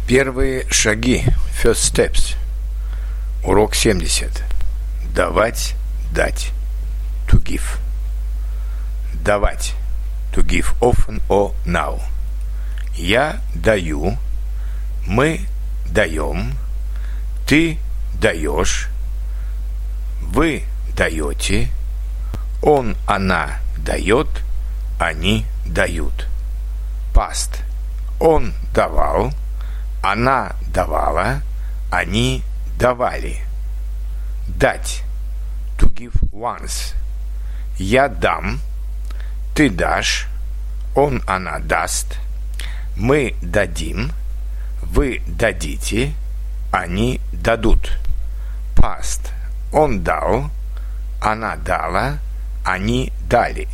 Первые шаги. First steps. Урок 70. Давать, дать. To give. Давать. To give often or now. Я даю. Мы даем. Ты даешь. Вы даете. Он, она дает. Они дают. Past. Он давал. Она давала. Они давали. Дать. To give once. Я дам. Ты дашь. Он, она даст. Мы дадим. Вы дадите. Они дадут. Past. Он дал. Она дала. Они дали.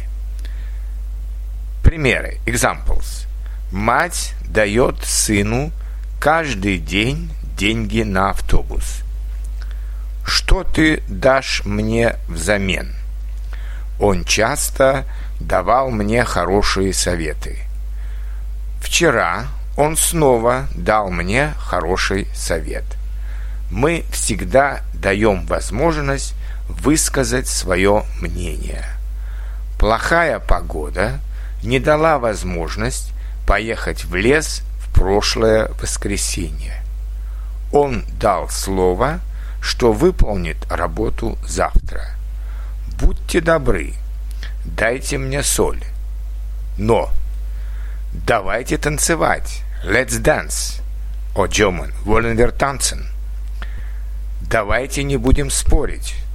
Примеры. Examples. Мать дает сыну каждый день деньги на автобус. Что ты дашь мне взамен? Он часто давал мне хорошие советы. Вчера он снова дал мне хороший совет. Мы всегда даем возможность высказать свое мнение. Плохая погода не дала возможность поехать в лес в прошлое воскресенье. Он дал слово, что выполнит работу завтра. Будьте добры, дайте мне соль. Но давайте танцевать. Let's dance. О, German, wollen wir tanzen? Давайте не будем спорить.